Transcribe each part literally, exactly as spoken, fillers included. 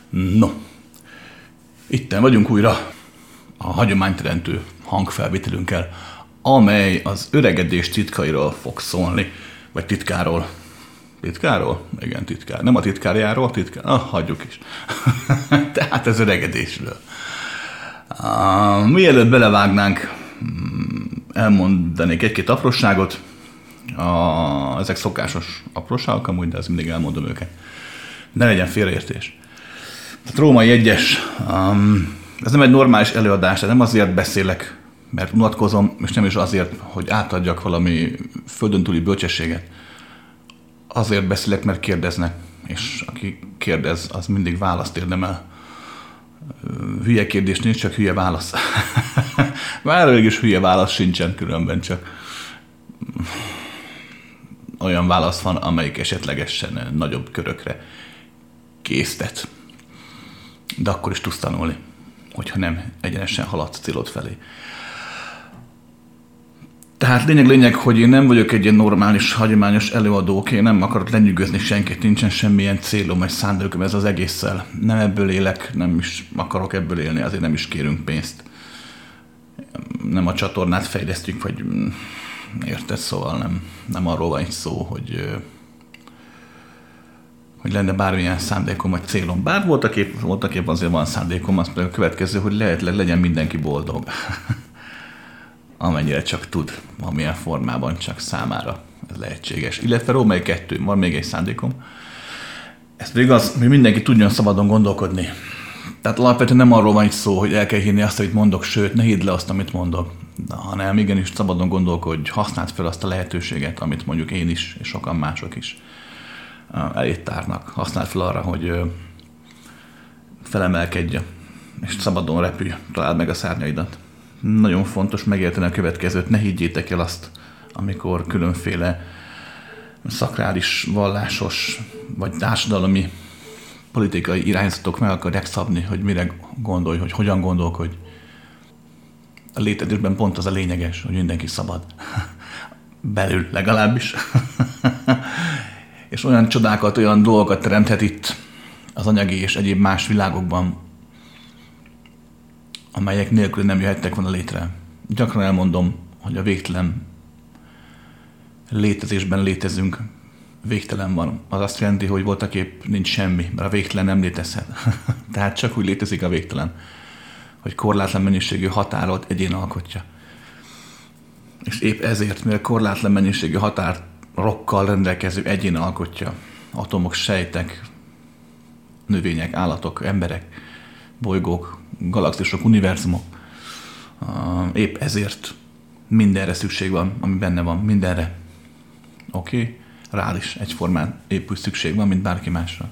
No, itten vagyunk újra a hagyományteremtő hangfelvételünkkel, amely az öregedés titkairól fog szólni, vagy titkáról. Titkáról? Igen, titkár. Nem a titkárjáról, titkár. Ah, hagyjuk is. Tehát az öregedésről. Uh, mielőtt belevágnánk, elmondanék egy-két apróságot. Uh, ezek szokásos apróságok, amúgy, de ezt mindig elmondom őket. Ne legyen félreértés. Tehát Római egyes, um, ez nem egy normális előadás, tehát nem azért beszélek, mert unatkozom, és nem is azért, hogy átadjak valami földön túli bölcsességet. Azért beszélek, mert kérdeznek, és aki kérdez, az mindig választ érdemel. Hülye kérdés nincs, csak hülye válasz. Már elég is hülye válasz sincsen, különben csak olyan válasz van, amelyik esetlegesen nagyobb körökre késztet. De akkor is tudsz tanulni, hogyha nem egyenesen haladsz célod felé. Tehát lényeg-lényeg, hogy én nem vagyok egy ilyen normális, hagyományos előadók, én nem akarok lenyűgözni senkit, nincsen semmilyen célom, vagy szándékom ez az egésszel. Nem ebből élek, nem is akarok ebből élni, azért nem is kérünk pénzt. Nem a csatornát fejlesztjük, vagy érted, szóval nem, nem arról van egy szó, hogy, hogy lenne bármilyen szándékom, vagy célom. Bár voltak épp, voltak épp azért van szándékom, az a következő, hogy lehetleg legyen mindenki boldog. Amennyire csak tud, amilyen formában csak számára ez lehetséges. Illetve Római kettő, van még egy szándékom. Ez pedig az, hogy mindenki tudjon szabadon gondolkodni. Tehát alapvetően nem arról van itt szó, hogy el kell hinni azt, amit mondok, sőt, ne hidd le azt, amit mondok, de, hanem igenis szabadon gondolkodj, használd fel azt a lehetőséget, amit mondjuk én is, és sokan mások is elét tárnak. Használd fel arra, hogy felemelkedj, és szabadon repülj, találd meg a szárnyaidat. Nagyon fontos megérteni a következőt, ne higgyétek el azt, amikor különféle szakrális, vallásos vagy társadalmi politikai irányzatok meg akarják szabni, hogy mire gondolj, hogy hogyan gondolkodj. A létezésben pont az a lényeges, hogy mindenki szabad. Belül legalábbis. És olyan csodákat, olyan dolgokat teremthet itt az anyagi és egyéb más világokban, amelyek nélkül nem jöhettek volna létre. Gyakran elmondom, hogy a végtelen létezésben létezünk, végtelen van. Az azt jelenti, hogy voltaképp nincs semmi, mert a végtelen nem létezhet. Tehát csak úgy létezik a végtelen, hogy korlátlan mennyiségű határolt egyén alkotja. És épp ezért, mivel korlátlan mennyiségű határokkal rendelkező egyén alkotja, atomok, sejtek, növények, állatok, emberek, bolygók, galaxisok, univerzumok. Épp ezért mindenre szükség van, ami benne van, mindenre. Oké? Okay? Rád is egyformán épp úgy szükség van, mint bárki másra.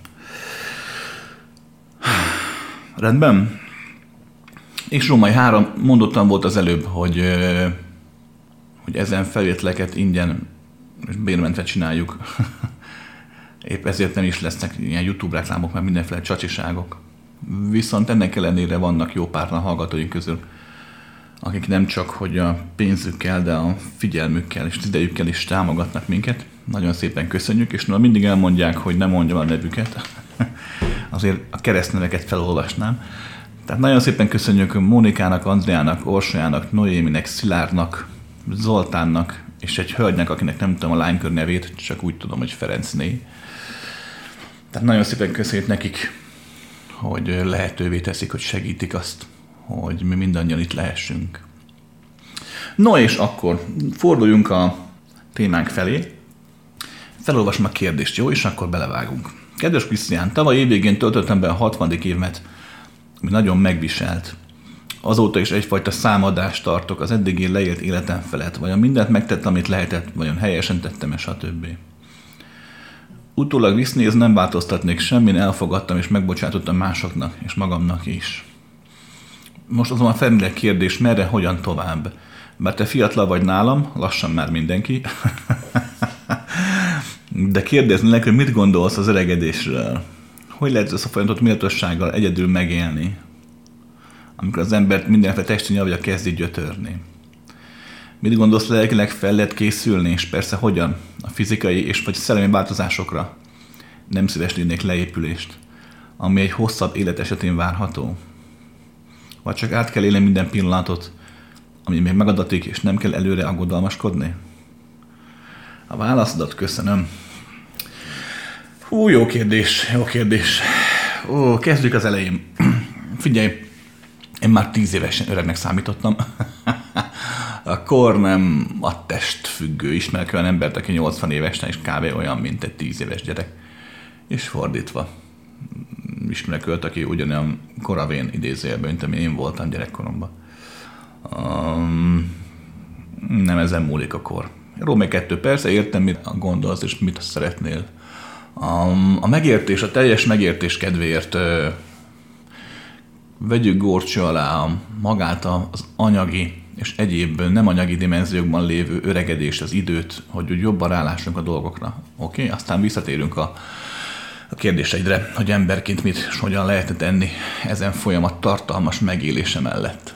Rendben? És Római három, mondottam volt az előbb, hogy, hogy ezen felvételeket ingyen és bérmentve csináljuk. Épp ezért nem is lesznek ilyen YouTube reklámok, mert mindenféle csacsiságok. Viszont ennek ellenére vannak jó páran hallgatóink közül, akik nem csak hogy a pénzükkel, de a figyelmükkel és idejükkel is támogatnak minket. Nagyon szépen köszönjük, és na mindig elmondják, hogy nem mondjam a nevüket. Azért a keresztneveket felolvasnám. Tehát nagyon szépen köszönjük Mónikának, Andriának, Orsolyának, Noéminek, Szilárdnak, Zoltánnak, és egy hölgynek, akinek nem tudom a lánykör nevét, csak úgy tudom, hogy Ferencné. Tehát nagyon szépen köszönjük nekik, hogy lehetővé teszik, hogy segítik azt, hogy mi mindannyian itt lehessünk. No és akkor forduljunk a témánk felé. Felolvasom a kérdést, jó? És akkor belevágunk. Kedves Krisztián, tavaly évvégén töltöttem be a hatvadik évemet, ami nagyon megviselt. Azóta is egyfajta számadást tartok az eddigi leélt életem felett. Vajon mindent megtettem, amit lehetett, vajon helyesen tettem-e, stb. Utólag vissznéz, nem változtatnék semmin, elfogadtam és megbocsátottam másoknak és magamnak is. Most azonban felmerül a kérdés, merre, hogyan tovább. Bár te fiatal vagy nálam, lassan már mindenki. De kérdeznélek, hogy mit gondolsz az öregedésről? Hogy lehet ezt a folyamatot méltósággal egyedül megélni, amikor az embert mindenféle testi nyavja kezdi gyötörni? Mit gondolsz, lelkileg fel lehet készülni, és persze hogyan? A fizikai és vagy szellemi változásokra. Nem szívesnék leépülést. ami egy hosszabb élet esetén várható? Vagy csak át kell élni minden pillanatot, ami még megadatik, és nem kell előre aggodalmaskodni? A válaszodat köszönöm. Hú, jó kérdés, jó kérdés. Ó, kezdjük az elején. Figyelj, én már tíz évesen öregnek számítottam. A kor nem a test függő. Ismerek olyan embert, aki nyolcvan évesen és kb. Olyan, mint egy tíz éves gyerek. És fordítva. Ismerek őt, aki ugyanolyan koravén idézőjelben, mint ami én voltam gyerekkoromban. Um, nem ezen múlik a kor. Római kettő, persze értem, mit gondolsz és mit szeretnél. Um, a megértés, a teljes megértés kedvéért uh, vegyük górcső alá magát az anyagi és egyéb nem anyagi dimenziókban lévő öregedést, az időt, hogy úgy jobban rálássunk a dolgokra. Oké? Okay? Aztán visszatérünk a, a kérdéseidre, hogy emberként mit és hogyan lehetne tenni ezen folyamat tartalmas megélése mellett.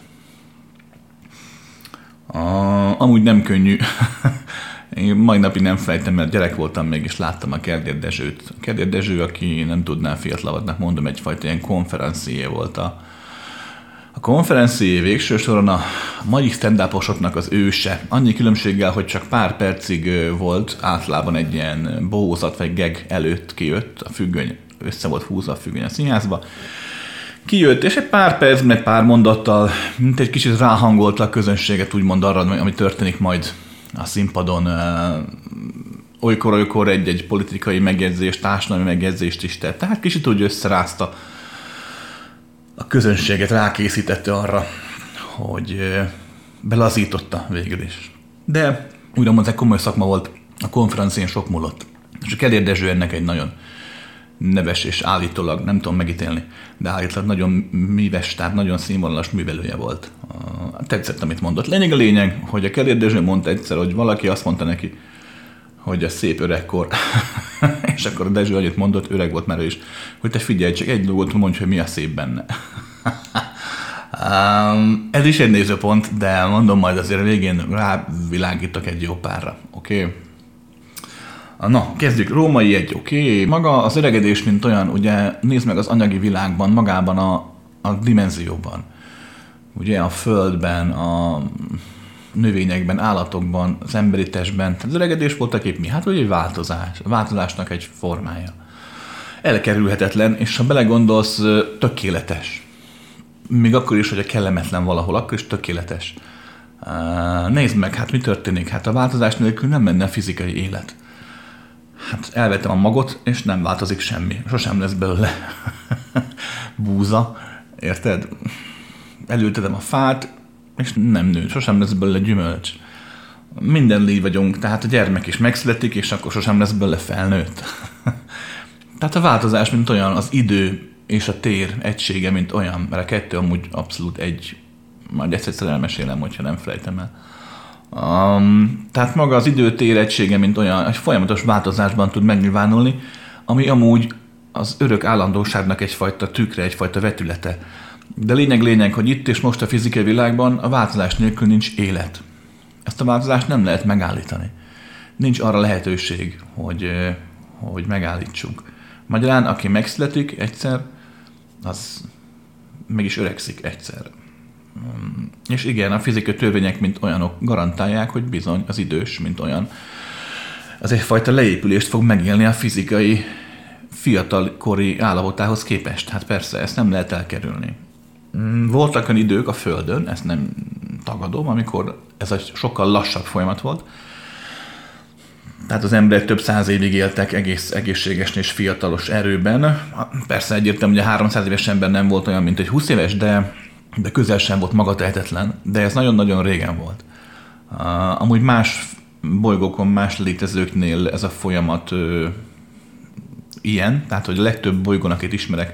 A, amúgy nem könnyű. Én mai napig nem fejtem, mert gyerek voltam még, és láttam a Kertér Dezsőt. A Kertér Dezső, aki nem tudná fiatalabbnak mondom, egyfajta ilyen konferencié volt. A, a konferencié végső soron a mai stand-uposoknak az őse. Annyi különbséggel, hogy csak pár percig volt, általában egy ilyen bohózat vagy geg előtt kijött, a függöny, össze volt húzva a függöny a színházba. Kijött, és egy pár percben, egy pár mondattal, mint egy kicsit ráhangolta a közönséget, úgymond arra, ami történik majd a színpadon. Olykor-olykor egy-egy politikai megjegyzést, társadalmi megjegyzést is tett. Tehát kicsit úgy összerázta a közönséget, rákészítette arra, hogy belazította végül is. De újra mondom, komoly szakma volt, a konferencián sok múlott. És a Kertér Dezső ennek egy nagyon neves és állítólag, nem tudom megítélni, de állítólag nagyon műves, tehát nagyon színvonalas művelője volt. Tetszett, amit mondott. Lényeg a lényeg, hogy a Kertér Dezső mondta egyszer, hogy valaki azt mondta neki, hogy a szép öregkor, és akkor a Dezső annyit mondott, öreg volt már ő is, hogy te figyelj, csak egy dolgot mondj, hogy mi a szép benne. um, ez is egy nézőpont, de mondom, majd azért a végén rávilágítok egy jó párra, oké? Okay? Na, kezdjük. Római egy, oké. Okay. Maga az öregedés, mint olyan, ugye nézd meg az anyagi világban, magában a, a dimenzióban. Ugye a földben, a növényekben, állatokban, az emberi testben. Tehát az öregedés voltak épp mi? Hát ugye egy változás. A változásnak egy formája. Elkerülhetetlen, és ha belegondolsz, tökéletes. Még akkor is, hogy a kellemetlen valahol, akkor is tökéletes. Nézd meg, hát mi történik? Hát a változás nélkül nem menne a fizikai élet. Hát elvettem a magot, és nem változik semmi. Sosem lesz belőle búza, érted? Elültetem a fát, és nem nő. Sosem lesz belőle gyümölcs. Minden így vagyunk, tehát a gyermek is megszületik, és akkor sosem lesz belőle felnőtt. Tehát a változás, mint olyan, az idő és a tér egysége, mint olyan, mert a kettő amúgy abszolút egy, majd egyszer elmesélem, hogyha nem felejtem el. Um, tehát maga az idő-tér egysége, mint olyan, egy folyamatos változásban tud megnyilvánulni, ami amúgy az örök állandóságnak egyfajta tükre, egyfajta vetülete. De lényeg-lényeg, hogy itt és most a fizikai világban a változás nélkül nincs élet. Ezt a változást nem lehet megállítani. Nincs arra lehetőség, hogy, hogy megállítsuk. Magyarán, aki megszületik egyszer, az meg is öregszik egyszer. És igen, a fizikai törvények, mint olyanok garantálják, hogy bizony az idős, mint olyan, az egyfajta leépülést fog megélni a fizikai fiatalkori állapotához képest. Hát persze, ezt nem lehet elkerülni. Voltak olyan idők a Földön, ezt nem tagadom, amikor ez egy sokkal lassabb folyamat volt. Tehát az emberek több száz évig éltek egész egészségesen és fiatalos erőben. Persze egyértelmű, hogy a háromszáz éves ember nem volt olyan, mint egy húsz éves, de de közel sem volt magatehetetlen, de ez nagyon-nagyon régen volt. Uh, amúgy más bolygókon, más létezőknél ez a folyamat uh, ilyen, tehát hogy a legtöbb bolygón, akit ismerek,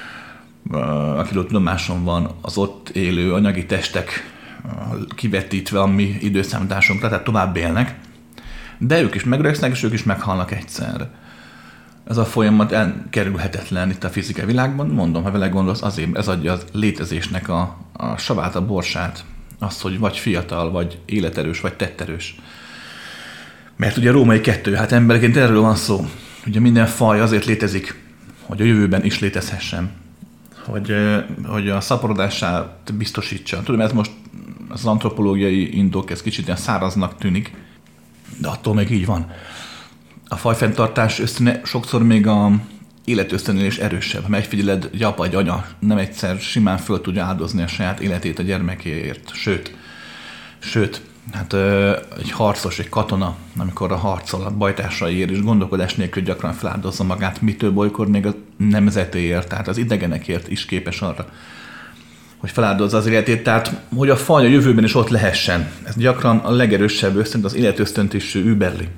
uh, akiről tudomásom van, az ott élő anyagi testek uh, kivetítve a mi időszámításunkra, tehát tovább élnek, de ők is megöregszenek, és ők is meghalnak egyszer. Ez a folyamat elkerülhetetlen itt a fizikai világban. Mondom, ha vele gondolsz, azért ez adja a létezésnek a, a savát, a borsát. Azt, hogy vagy fiatal, vagy életerős, vagy tetterős. Mert ugye a római kettő, hát emberként erről van szó. Ugye minden faj azért létezik, hogy a jövőben is létezhessen, hogy, hogy a szaporodását biztosítsa. Tudom, ez most az antropológiai indok, ez kicsit ilyen száraznak tűnik, de attól még így van. A fajfenntartás ösztöne sokszor még a életösztönél is erősebb. Ha megfigyeled, egy apa, egy anya nem egyszer simán föl tudja áldozni a saját életét a gyermekéért. Sőt, sőt, hát egy harcos, egy katona, amikor a harcol a bajtársaiért és gondolkodás nélkül gyakran feláldozza magát, mitől bolykor még a nemzetéért, tehát az idegenekért is képes arra, hogy feláldozza az életét, tehát hogy a faj a jövőben is ott lehessen. Ez gyakran a legerősebb ösztönt, az életösztönt is überli.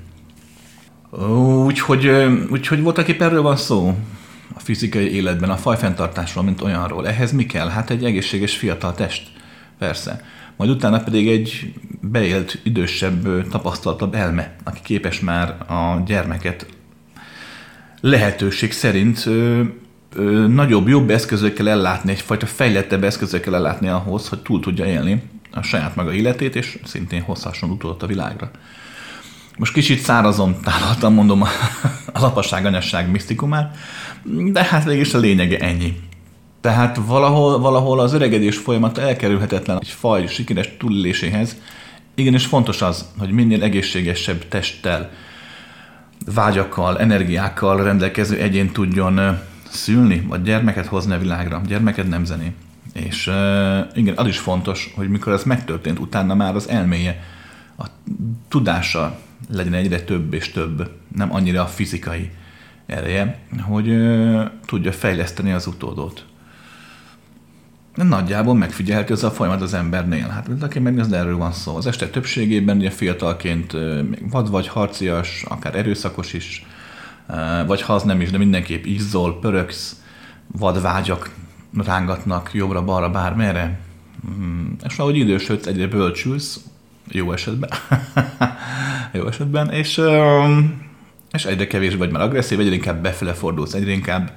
Úgyhogy úgy, voltak épp erről van szó a fizikai életben, a fajfenntartásról, mint olyanról. Ehhez mi kell? Hát egy egészséges fiatal test, persze. Majd utána pedig egy beélt, idősebb, tapasztaltabb elme, aki képes már a gyermeket lehetőség szerint ö, ö, nagyobb, jobb eszközökkel ellátni, egyfajta fejlettebb eszközökkel ellátni ahhoz, hogy túl tudja élni a saját maga életét, és szintén hozhasson utódot a világra. Most kicsit szárazon tálaltan mondom az apaság, anyasság misztikumát, de hát végülis a lényege ennyi. Tehát valahol, valahol az öregedés folyamata elkerülhetetlen egy faj sikeres túléléséhez. Igenis fontos az, hogy minél egészségesebb testtel, vágyakkal, energiákkal rendelkező egyén tudjon szülni, vagy gyermeket hozni a világra, gyermeket nemzeni. És igen, az is fontos, hogy mikor ez megtörtént, utána már az elméje, a tudása legyen egyre több és több, nem annyira a fizikai ereje, hogy tudja fejleszteni az utódot. Nagyjából megfigyelhető ez a folyamat az embernél. Hát aki megnézd, erről van szó. Az este többségében ugye fiatalként vad vagy harcias, akár erőszakos is, vagy ha az nem is, de mindenképp izzol, pöröksz, vad vágyak rángatnak jobbra-balra, bármerre. És ahogy idősödsz, egyre bölcsülsz, jó esetben, jó esetben, és, és egyre kevésbé vagy már agresszív, egyre inkább befele fordulsz, egyre inkább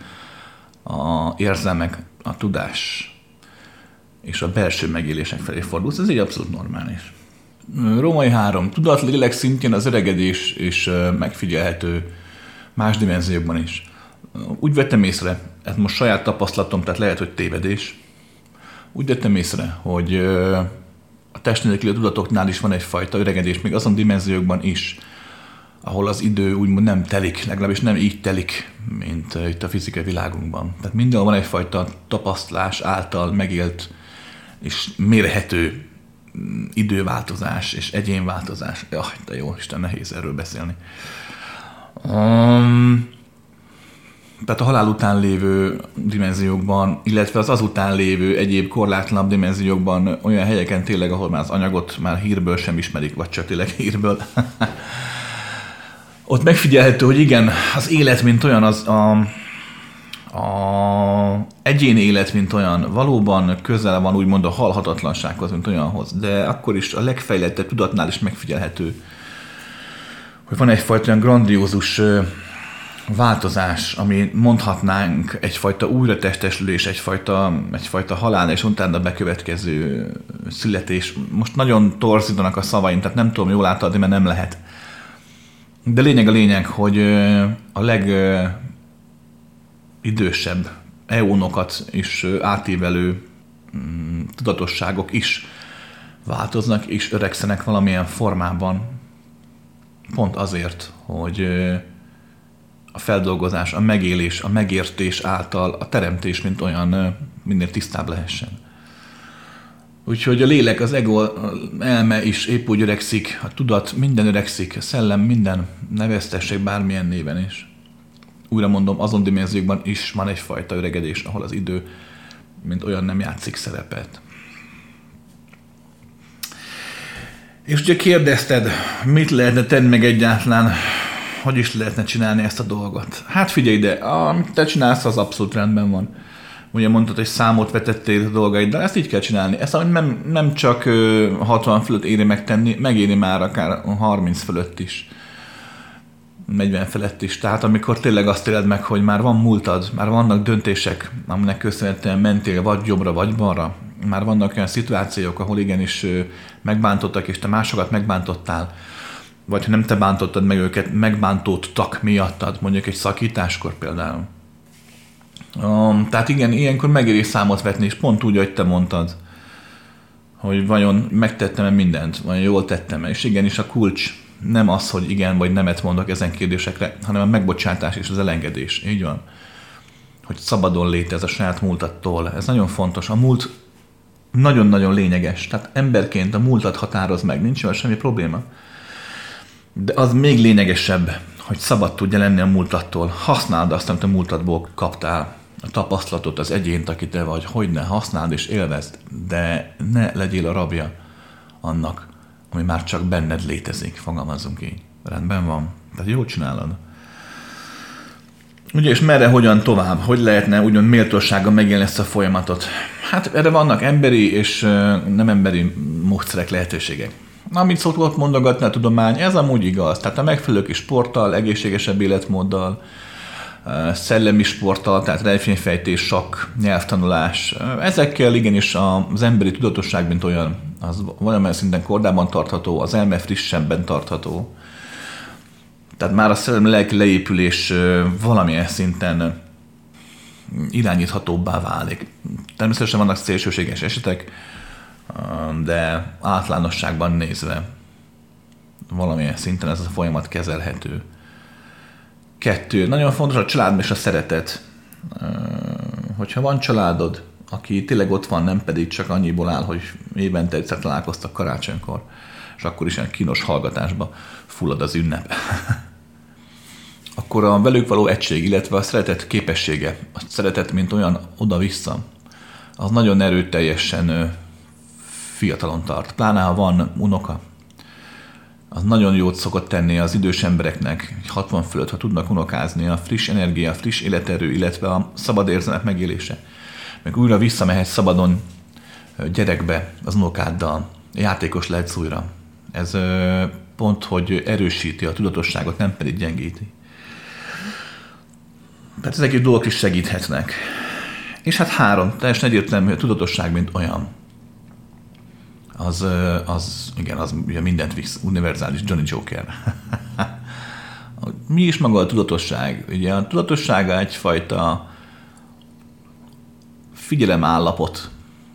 a érzelmek, a tudás és a belső megélések felé fordulsz, ez így abszolút normális. Római három. Tudat lélek szintjén az öregedés is megfigyelhető más dimenziókban is. Úgy vettem észre, ez most saját tapasztalatom, tehát lehet, hogy tévedés. Úgy vettem észre, hogy a test nélküli tudatoknál is van egyfajta öregedés, még azon dimenziókban is, ahol az idő úgymond nem telik, legalábbis nem így telik, mint itt a fizikai világunkban. Tehát mindenhol van egyfajta tapasztalás által megélt és mérhető időváltozás és egyénváltozás. Jaj, de jó, Isten, nehéz erről beszélni. Um, tehát a halál után lévő dimenziókban, illetve az azután lévő egyéb korlátlanabb dimenziókban olyan helyeken tényleg, ahol már az anyagot már hírből sem ismerik, vagy csak tényleg hírből. Ott megfigyelhető, hogy igen, az élet, mint olyan, az a, a egyéni élet, mint olyan, valóban közel van úgymond a halhatatlansághoz, mint olyanhoz, de akkor is a legfejlettebb tudatnál is megfigyelhető, hogy van egyfajta olyan grandiózus változás, ami mondhatnánk egyfajta újratestesülés, egyfajta, egyfajta halál és utána bekövetkező születés. Most nagyon torzítanak a szavaim, tehát nem tudom jól átadni, mert nem lehet. De lényeg a lényeg, hogy a legidősebb eónokat is átívelő tudatosságok is változnak, és öregszenek valamilyen formában. Pont azért, hogy a feldolgozás, a megélés, a megértés által a teremtés, mint olyan, minél tisztább lehessen. Úgyhogy a lélek, az ego, az elme is épp úgy öregszik, a tudat minden öregszik, a szellem minden, neveztessék bármilyen néven is. Újra mondom, azon dimenziókban is van egyfajta öregedés, ahol az idő, mint olyan nem játszik szerepet. És ugye kérdezted, mit lehetne tenni meg egyáltalán, hogy is lehetne csinálni ezt a dolgot? Hát figyelj ide, amit te csinálsz, az abszolút rendben van. Ugye mondtad, hogy számot vetettél a dolgaid, de ezt így kell csinálni. Ezt nem, nem csak hatvan fölött éri megtenni, megéri már akár harminc fölött is, negyven felett is. Tehát amikor tényleg azt éled meg, hogy már van múltad, már vannak döntések, aminek köszönhetően mentél vagy jobbra, vagy balra. Már vannak olyan szituációk, ahol igenis megbántottak, és te másokat megbántottál. Vagy ha nem te bántottad meg őket, megbántódtak miattad, mondjuk egy szakításkor például. Um, tehát igen, ilyenkor megéri számot vetni, és pont úgy, ahogy te mondtad, hogy vajon megtettem-e mindent, vajon jól tettem-e, és igenis a kulcs nem az, hogy igen vagy nemet mondok ezen kérdésekre, hanem a megbocsátás és az elengedés. Így van. Hogy szabadon létez a saját múltattól. Ez nagyon fontos. A múlt nagyon-nagyon lényeges. Tehát emberként a múltat határoz meg. Nincs olyan semmi probléma. De az még lényegesebb, hogy szabad tudja lenni a múltattól. Használd azt, amit a múltadból kaptál. A tapasztalatot, az egyént, aki te vagy. Hogyne, használd és élvezd. De ne legyél a rabja annak, ami már csak benned létezik. Fogalmazzunk így. Rendben van. Tehát jól csinálod. Ugye, és merre, hogyan tovább? Hogy lehetne úgymond méltósággal megélni ezt a folyamatot? Hát erre vannak emberi és nem emberi módszerek, lehetőségek. Amit szokott mondogatni a tudomány, ez amúgy igaz. Tehát a megfelelő kis sporttal, egészségesebb életmóddal, szellemi sporttal, tehát rejtvényfejtés, sakk, nyelvtanulás. Ezekkel igenis az emberi tudatosság, mint olyan, az valamilyen szinten kordában tartható, az elme frissebben tartható. Tehát már a szellemi lelki leépülés valamilyen szinten irányíthatóbbá válik. Természetesen vannak szélsőséges esetek, de általánosságban nézve valamilyen szinten ez a folyamat kezelhető. Kettő. Nagyon fontos a család és a szeretet. Hogyha van családod, aki tényleg ott van, nem pedig csak annyiból áll, hogy évente egyszer találkoztak karácsonykor, és akkor is ilyen kínos hallgatásba fullad az ünnep. Akkor a velük való egység, illetve a szeretet képessége, a szeretet, mint olyan oda-vissza, az nagyon erőteljesen fiatalon tart. Pláne, ha van unoka, az nagyon jót szokott tenni az idős embereknek, hatvan fölött, ha tudnak unokázni, a friss energia, a friss életerő, illetve a szabad érzelmek megélése. Meg újra visszamehetsz szabadon gyerekbe az unokáddal, játékos lehetsz újra. Ez pont, hogy erősíti a tudatosságot, nem pedig gyengíti. Tehát ezek is dolgok is segíthetnek. És hát három, teljesen egyértelmű, hogy a tudatosság, mint olyan, az, az igen, az ugye mindent visz, univerzális Johnny Joker. Mi is maga a tudatosság? Ugye a tudatossága egyfajta figyelemállapot,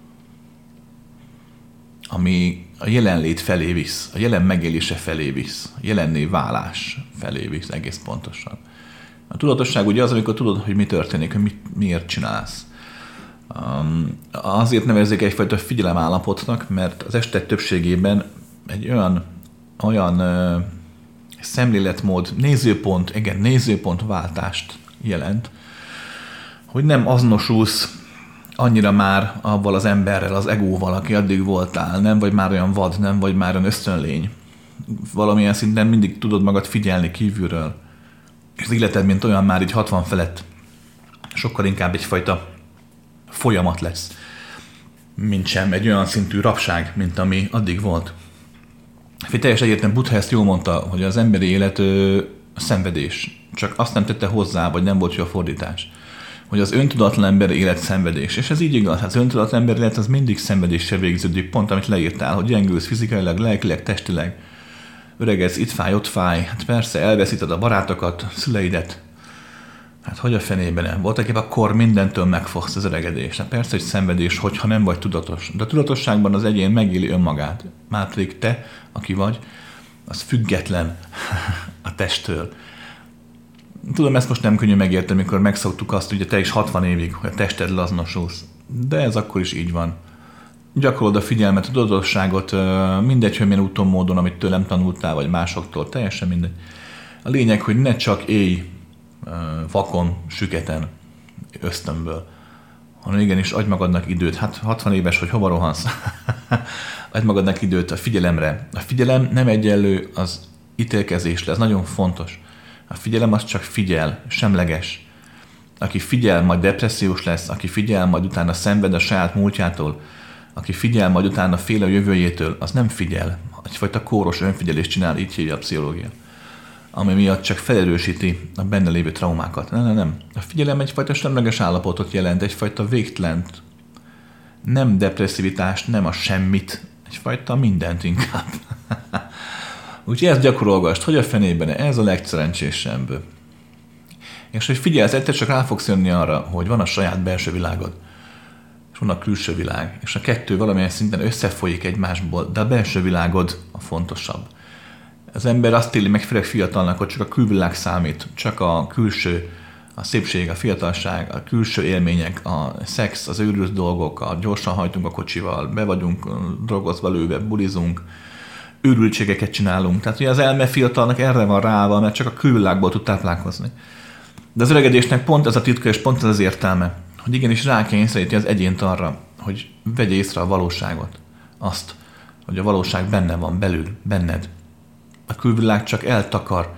ami a jelenlét felé visz, a jelen megélése felé visz, a jelenné válás felé visz egész pontosan. A tudatosság ugye az, amikor tudod, hogy mi történik, hogy mit, miért csinálsz. Um, azért nevezzék egyfajta figyelemállapotnak, mert az este többségében egy olyan, olyan uh, szemléletmód, nézőpont, igen, nézőpontváltást jelent, hogy nem azonosulsz annyira már avval az emberrel, az egóval, aki addig voltál, nem vagy már olyan vad, nem vagy már olyan ösztönlény. Valamilyen szinten mindig tudod magad figyelni kívülről. És az életed, mint olyan már így hatvan felett, sokkal inkább egyfajta folyamat lesz, mint sem egy olyan szintű rabság, mint ami addig volt. Fél teljesen egyértelműen Buddha ezt jól mondta, hogy az emberi élet ö, szenvedés. Csak azt nem tette hozzá, vagy nem volt jó a fordítás. Hogy az öntudatlan emberi élet szenvedés. És ez így igaz, hát az öntudatlan emberi élet az mindig szenvedéssel végződik, pont amit leírtál, hogy gyengülsz fizikailag, lelkileg, testileg, öregedsz, itt fáj, ott fáj. Hát persze, elveszíted a barátokat, szüleidet. Hát hogy a fenében nem? Voltak épp akkor mindentől megfogsz az öregedés. Hát persze, hogy szenvedés, hogyha nem vagy tudatos. De a tudatosságban az egyén megéli önmagát. Már pedig te, aki vagy, az független a testtől. Tudom, ezt most nem könnyű megérteni, amikor megszoktuk azt, hogy te is hatvan évig, hogy a testeddel azonosulsz. De ez akkor is így van. Gyakorolod a figyelmet, a tudatosságot, mindegy, hogy milyen úton, módon, amit tőlem tanultál, vagy másoktól, teljesen mindegy. A lényeg, hogy ne csak élj vakon, süketen, ösztönből, hanem igenis adj magadnak időt. Hát hatvan éves, hogy hova rohansz? Adj magadnak időt a figyelemre. A figyelem nem egyenlő az ítélkezésre, ez nagyon fontos. A figyelem az csak figyel, semleges. Aki figyel, majd depressziós lesz, aki figyel, majd utána szenved a saját múltjától, aki figyel, majd utána fél a jövőjétől, az nem figyel. Egyfajta kóros önfigyelést csinál, így hívja a pszichológia. Ami miatt csak felerősíti a benne lévő traumákat. Nem, nem, nem. A figyelem egyfajta semleges állapotot jelent, egyfajta végtelent. Nem depresszivitást, nem a semmit, egyfajta mindent inkább. Úgyhogy ezt gyakorolgast, hogy a fenében ez a legszerencsésebb. És hogy figyelsz, egyszer csak rá fogsz jönni arra, hogy van a saját belső világod, és van a külső világ, és a kettő valamilyen szinten összefolyik egymásból, de a belső világod a fontosabb. Az ember azt éli meg, főleg fiatalnak, hogy csak a külvilág számít, csak a külső, a szépség, a fiatalság, a külső élmények, a szex, az őrült dolgok, a gyorsan hajtunk a kocsival, be vagyunk drogozva lőve, bulizunk, őrültségeket csinálunk. Tehát ugye az elme fiatalnak erre van ráva, mert csak a külvilágból tud táplálkozni. De az öregedésnek pont ez a titka, és pont ez az értelme, hogy igenis rákényszeríti az egyént arra, hogy vegye észre a valóságot. Azt, hogy a valóság benne van, belül, benned. A külvilág csak eltakar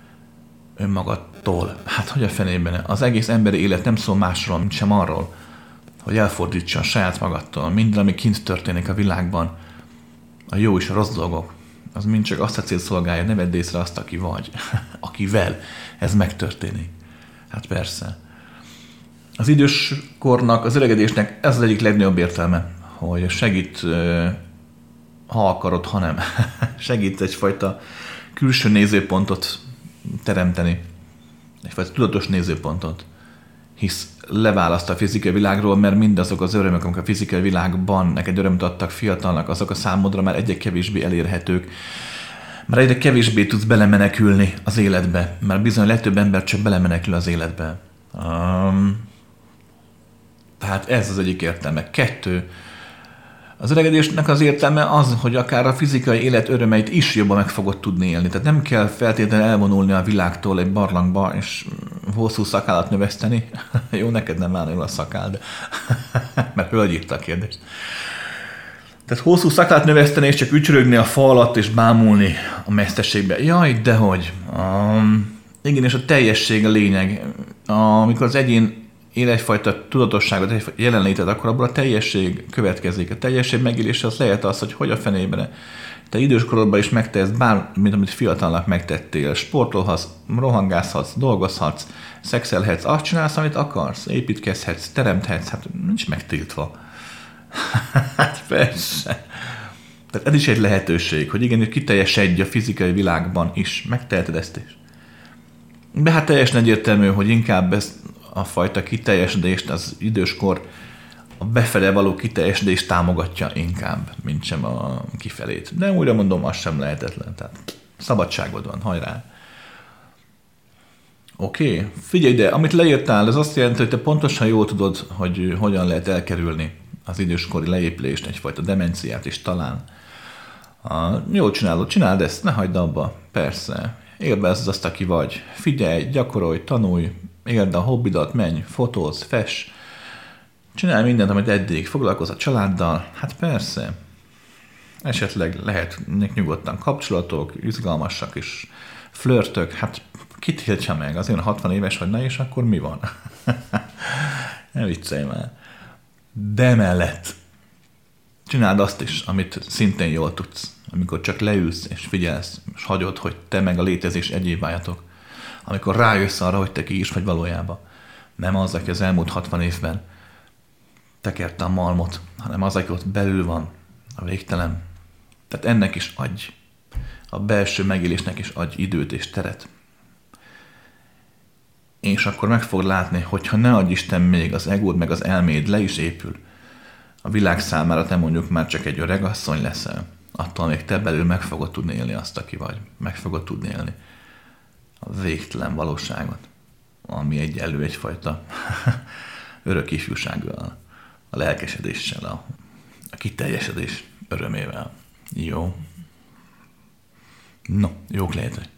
önmagadtól. Hát hogy a fenében? Az egész emberi élet nem szól másról, mint sem arról, hogy elfordítsa a saját magadtól. Minden, ami kint történik a világban, a jó és a rossz dolgok, az mind csak azt a célt szolgálja, ne vedd észre azt, aki vagy, akivel ez megtörténik. Hát persze. Az időskornak, az öregedésnek ez az egyik legnagyobb értelme, hogy segít, ha akarod, ha nem, segít egyfajta külső nézőpontot teremteni, egyfajta tudatos nézőpontot, hisz leválaszt a fizikai világról, mert mindazok az örömök, amik a fizikai világban neked örömöt adtak fiatalnak, azok a számodra már egyre kevésbé elérhetők, mert egyre kevésbé tudsz belemenekülni az életbe, mert bizony legtöbb ember csak belemenekül az életbe. Um, tehát ez az egyik értelme. Kettő. Az öregedésnek az értelme az, hogy akár a fizikai élet örömeit is jobban meg fogod tudni élni. Tehát nem kell feltétlenül elvonulni a világtól egy barlangba, és hosszú szakállat növeszteni. Jó, neked nem áll a szakál, de mert hölgy írta a kérdést. Tehát hosszú szakállat növeszteni, és csak ücsörögni a fa alatt, és bámulni a mesterségbe. Jaj, dehogy. Um, igen, és a teljesség a lényeg. Amikor az egyén él egyfajta tudatosságot, egyfajta jelenlétet, akkor abból a teljesség következik. A teljesség megélése az lehet az, hogy hogy a fenében te időskorodban is megtehetsz bár, mint amit fiatalnak megtettél. Sportolhatsz, rohangászhatsz, dolgozhatsz, szexelhetsz, azt csinálsz, amit akarsz, építkezhetsz, teremthetsz, hát nincs megtiltva. Hát persze. Tehát ez is egy lehetőség, hogy igen, kiteljesedj a fizikai világban is. Megteheted ezt is. De hát teljesen egyértelmű, hogy inkább ezt a fajta kiteljesedést az időskor a befele való kiteljesedést támogatja inkább, mint sem a kifelét. De újra mondom, az sem lehetetlen. Tehát szabadságod van, hajrá! Oké, okay. Figyelj ide, amit leírtál, ez azt jelenti, hogy te pontosan jól tudod, hogy hogyan lehet elkerülni az időskori leépülést, egyfajta demenciát is talán. Ah, jól csinálod, csináld ezt, ne hagyd abba, persze. Élvezd azt, aki vagy. Figyelj, gyakorolj, tanulj, éld a hobbidat, menj, fotózz, fess. Csinálj mindent, amit eddig. Foglalkozz a családdal. Hát persze. Esetleg lehetnek nyugodtan kapcsolatok, izgalmasak is, flörtök. Hát kit tiltja meg? Azért hatvan éves vagy, na és akkor mi van? Ne viccelj már. De mellett csináld azt is, amit szintén jól tudsz. Amikor csak leülsz és figyelsz, és hagyod, hogy te meg a létezés egyéb váljatok. Amikor rájössz arra, hogy te ki is vagy valójában. Nem az, aki az elmúlt hatvan évben tekerte a malmot, hanem az, aki ott belül van, a végtelen. Tehát ennek is adj. A belső megélésnek is adj időt és teret. És akkor meg fogod látni, hogyha ne adj Isten még az egód meg az elméd le is épül, a világ számára te mondjuk már csak egy öreg asszony leszel, attól még te belül meg fogod tudni élni azt, aki vagy. Meg fogod tudni élni a végtelen valóságot, ami egyenlő egyfajta örök ifjúsággal, a lelkesedéssel, a, a kiteljesedés örömével. Jó. No, jók lehetek.